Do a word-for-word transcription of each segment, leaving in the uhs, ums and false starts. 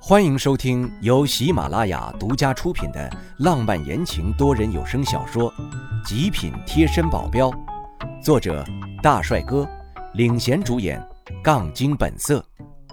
欢迎收听由喜马拉雅独家出品的浪漫言情多人有声小说《极品贴身保镖》，作者大帅哥，领衔主演杠精本色。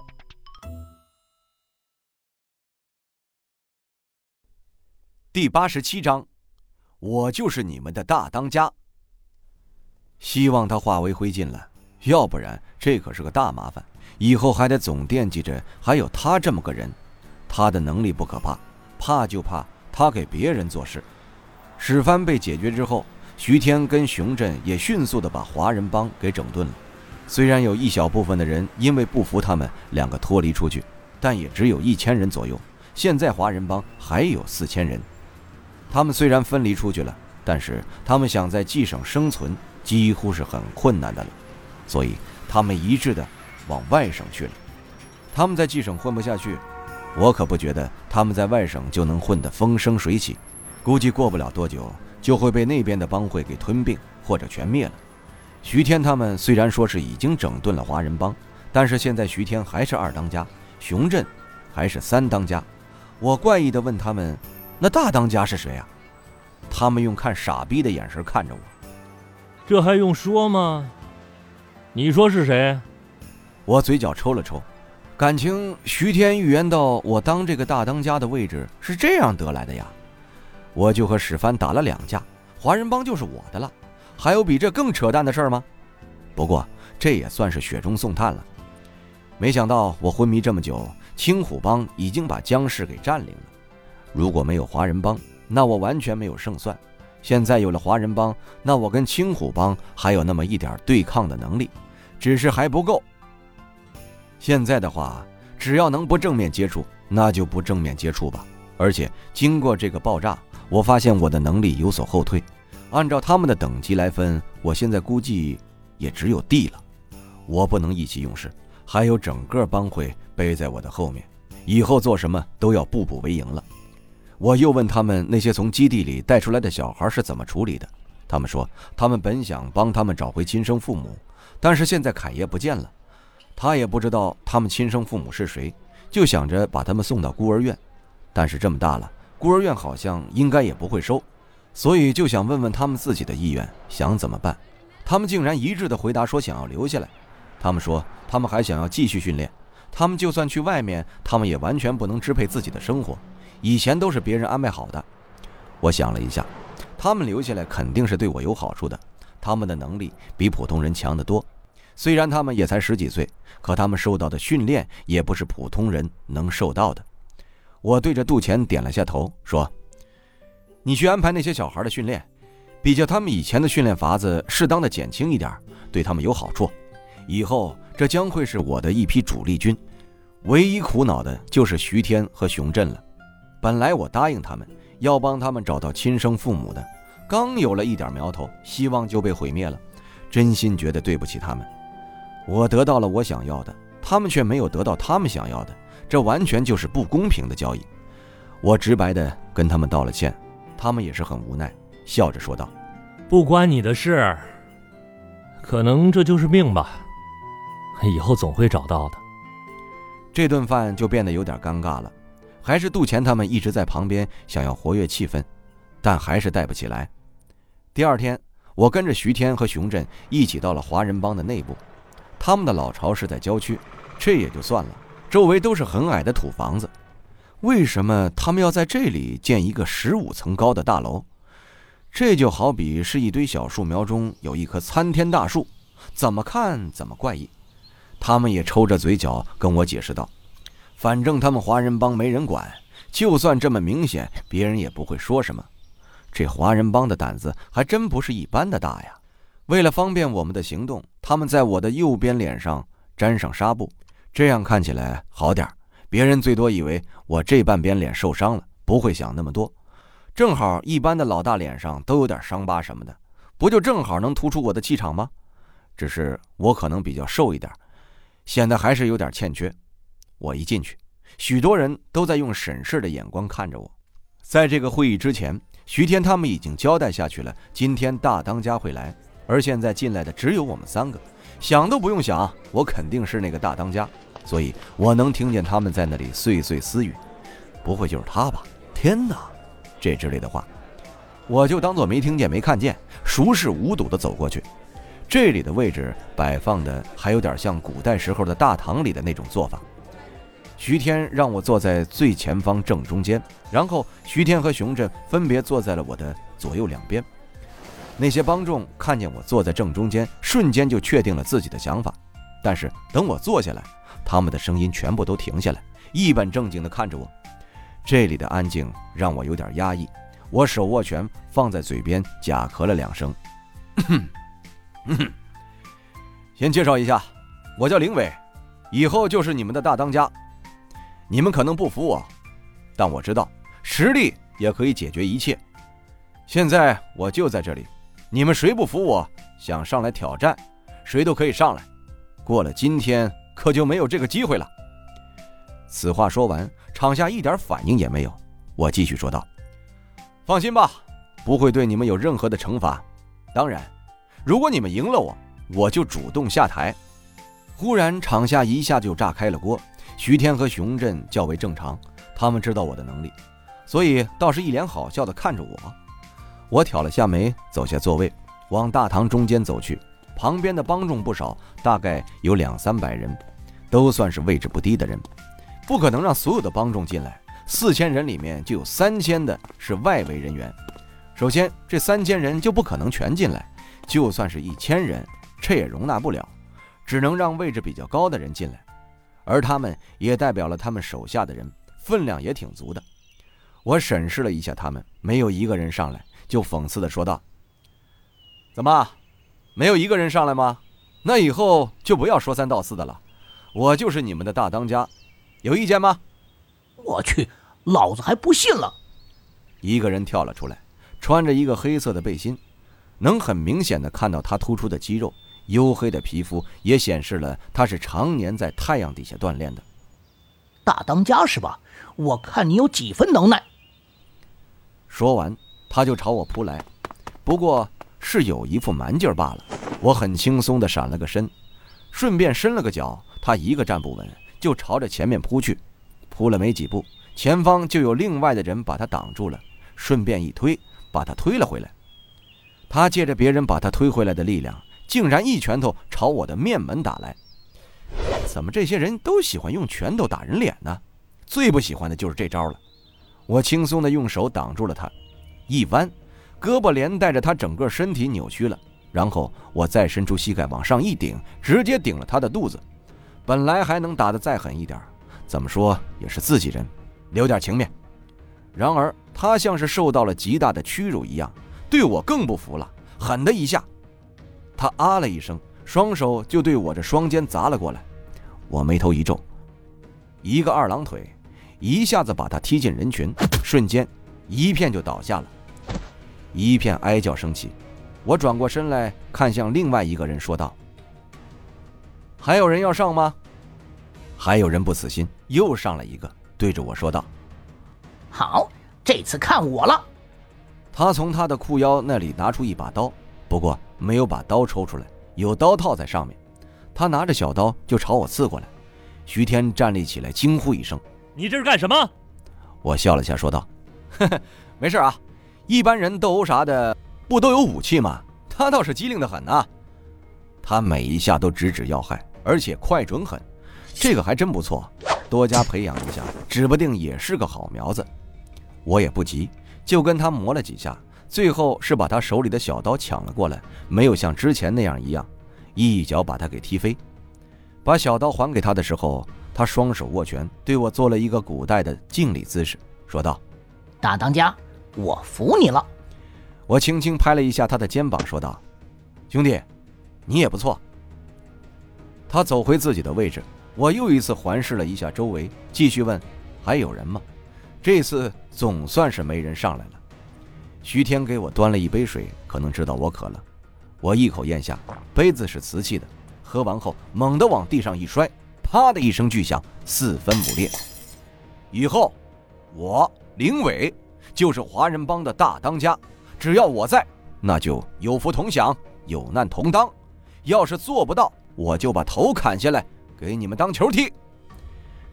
第八十七章，我就是你们的大当家。希望他化为灰烬了，要不然这可是个大麻烦，以后还得总惦记着还有他这么个人。他的能力不可怕，怕就怕他给别人做事。史帆被解决之后，徐天跟熊振也迅速地把华人帮给整顿了。虽然有一小部分的人因为不服他们两个脱离出去，但也只有一千人左右。现在华人帮还有四千人。他们虽然分离出去了，但是他们想在冀省生存几乎是很困难的了，所以他们一致的往外省去了。他们在冀省混不下去，我可不觉得他们在外省就能混得风生水起，估计过不了多久就会被那边的帮会给吞并或者全灭了。徐天他们虽然说是已经整顿了华人帮，但是现在徐天还是二当家，熊振还是三当家。我怪异地问他们，那大当家是谁啊？他们用看傻逼的眼神看着我。 这还用说吗？你说是谁？ 我嘴角抽了抽，感情徐天预言到我当这个大当家的位置是这样得来的呀。我就和史帆打了两架，华人帮就是我的了，还有比这更扯淡的事吗？不过这也算是雪中送炭了。没想到我昏迷这么久，青虎帮已经把江氏给占领了。如果没有华人帮，那我完全没有胜算。现在有了华人帮，那我跟青虎帮还有那么一点对抗的能力，只是还不够。现在的话，只要能不正面接触，那就不正面接触吧。而且经过这个爆炸，我发现我的能力有所后退。按照他们的等级来分，我现在估计也只有 D 了。我不能意气用事，还有整个帮会背在我的后面，以后做什么都要步步为营了。我又问他们那些从基地里带出来的小孩是怎么处理的，他们说他们本想帮他们找回亲生父母，但是现在凯爷不见了，他也不知道他们亲生父母是谁，就想着把他们送到孤儿院，但是这么大了，孤儿院好像应该也不会收，所以就想问问他们自己的意愿，想怎么办。他们竟然一致的回答说想要留下来。他们说他们还想要继续训练，他们就算去外面，他们也完全不能支配自己的生活，以前都是别人安排好的。我想了一下，他们留下来肯定是对我有好处的，他们的能力比普通人强得多。虽然他们也才十几岁，可他们受到的训练也不是普通人能受到的。我对着杜钱点了下头，说：你去安排那些小孩的训练，比较他们以前的训练法子适当的减轻一点，对他们有好处。以后这将会是我的一批主力军。唯一苦恼的就是徐天和熊振了。本来我答应他们要帮他们找到亲生父母的，刚有了一点苗头，希望就被毁灭了，真心觉得对不起他们。我得到了我想要的，他们却没有得到他们想要的，这完全就是不公平的交易。我直白地跟他们道了歉，他们也是很无奈，笑着说道： 不关你的事，可能这就是命吧，以后总会找到的。 这顿饭就变得有点尴尬了，还是杜钱他们一直在旁边想要活跃气氛，但还是带不起来。第二天，我跟着徐天和熊振一起到了华人帮的内部。他们的老巢是在郊区，这也就算了，周围都是很矮的土房子。为什么他们要在这里建一个十五层高的大楼？这就好比是一堆小树苗中有一棵参天大树，怎么看怎么怪异。他们也抽着嘴角跟我解释道，反正他们华人帮没人管，就算这么明显，别人也不会说什么。这华人帮的胆子还真不是一般的大呀。为了方便我们的行动，他们在我的右边脸上沾上纱布，这样看起来好点，别人最多以为我这半边脸受伤了，不会想那么多。正好一般的老大脸上都有点伤疤什么的，不就正好能突出我的气场吗？只是我可能比较瘦一点，显得还是有点欠缺。我一进去，许多人都在用审视的眼光看着我。在这个会议之前，徐天他们已经交代下去了，今天大当家会来，而现在进来的只有我们三个，想都不用想，我肯定是那个大当家。 所以我能听见他们在那里碎碎私语。不会就是他吧？天哪！这之类的话，我就当作没听见没看见，熟视无睹地走过去。这里的位置摆放的还有点像古代时候的大堂里的那种做法。徐天让我坐在最前方正中间，然后徐天和熊振分别坐在了我的左右两边。那些帮众看见我坐在正中间，瞬间就确定了自己的想法。但是等我坐下来，他们的声音全部都停下来，一本正经地看着我。这里的安静让我有点压抑，我手握拳放在嘴边，假咳了两声。先介绍一下，我叫林伟，以后就是你们的大当家。你们可能不服我，但我知道实力也可以解决一切。现在我就在这里，你们谁不服我，想上来挑战，谁都可以上来。过了今天，可就没有这个机会了。此话说完，场下一点反应也没有。我继续说道：放心吧，不会对你们有任何的惩罚。当然，如果你们赢了我，我就主动下台。忽然场下一下就炸开了锅，徐天和熊振较为正常，他们知道我的能力，所以倒是一脸好笑地看着我。我挑了下眉，走下座位，往大堂中间走去。旁边的帮众不少，大概有两三百人，都算是位置不低的人。不可能让所有的帮众进来，四千人里面就有三千的是外围人员。首先，这三千人就不可能全进来，就算是一千人，这也容纳不了，只能让位置比较高的人进来。而他们也代表了他们手下的人，分量也挺足的。我审视了一下他们，没有一个人上来，就讽刺地说道：怎么，没有一个人上来吗？那以后就不要说三道四的了，我就是你们的大当家，有意见吗？ 我去，老子还不信了。 一个人跳了出来，穿着一个黑色的背心，能很明显的看到他突出的肌肉，黝黑的皮肤也显示了他是常年在太阳底下锻炼的。 大当家是吧？我看你有几分能耐。 说完他就朝我扑来，不过是有一副蛮劲儿罢了。我很轻松地闪了个身，顺便伸了个脚，他一个站不稳就朝着前面扑去。扑了没几步，前方就有另外的人把他挡住了，顺便一推把他推了回来。他借着别人把他推回来的力量，竟然一拳头朝我的面门打来。怎么这些人都喜欢用拳头打人脸呢？最不喜欢的就是这招了。我轻松地用手挡住了他，一弯，胳膊连带着他整个身体扭曲了，然后我再伸出膝盖往上一顶，直接顶了他的肚子。本来还能打得再狠一点，怎么说也是自己人，留点情面。然而他像是受到了极大的屈辱一样，对我更不服了，狠的一下，他啊了一声，双手就对我这双肩砸了过来。我眉头一皱，一个二郎腿一下子把他踢进人群，瞬间一片就倒下了，一片哀叫声起。我转过身来看向另外一个人说道：还有人要上吗？还有人不死心，又上来一个，对着我说道： 好，这次看我了。 他从他的裤腰那里拿出一把刀，不过没有把刀抽出来，有刀套在上面。他拿着小刀就朝我刺过来。徐天站立起来惊呼一声： 你这是干什么？ 我笑了下说道：呵呵，没事啊，一般人斗殴啥的不都有武器吗？他倒是机灵得很啊。他每一下都直指要害，而且快准狠，这个还真不错，多加培养一下，指不定也是个好苗子。我也不急，就跟他磨了几下，最后是把他手里的小刀抢了过来，没有像之前那样一样一脚把他给踢飞。把小刀还给他的时候，他双手握拳，对我做了一个古代的敬礼姿势，说道： 大当家，我服你了。 我轻轻拍了一下他的肩膀，说道：兄弟，你也不错。他走回自己的位置，我又一次环视了一下周围，继续问：还有人吗？这次总算是没人上来了。徐天给我端了一杯水，可能知道我渴了，我一口咽下，杯子是瓷器的，喝完后猛地往地上一摔，啪的一声巨响，四分五裂。以后我林伟就是华人帮的大当家，只要我在，那就有福同享，有难同当。要是做不到，我就把头砍下来给你们当球踢。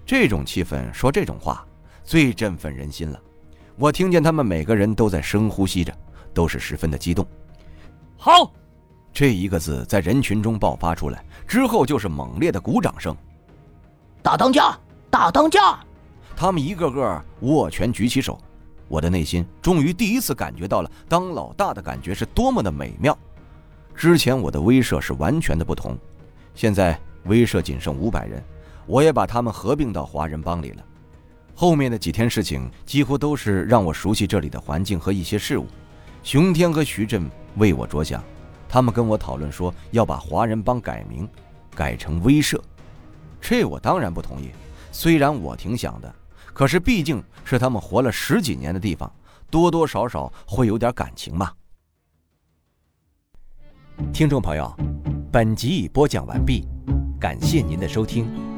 这种气氛说这种话最振奋人心了。我听见他们每个人都在深呼吸着，都是十分的激动。 好， 这一个字在人群中爆发出来之后，就是猛烈的鼓掌声。 大当家，大当家！ 他们一个个握拳举起手，我的内心终于第一次感觉到了当老大的感觉是多么的美妙。之前我的威社是完全的不同，现在威社仅剩五百人，我也把他们合并到华人帮里了。后面的几天事情几乎都是让我熟悉这里的环境和一些事物。熊天和徐震为我着想，他们跟我讨论说要把华人帮改名，改成威社。这我当然不同意，虽然我挺想的，可是毕竟是他们活了十几年的地方，多多少少会有点感情嘛。听众朋友，本集已播讲完毕，感谢您的收听。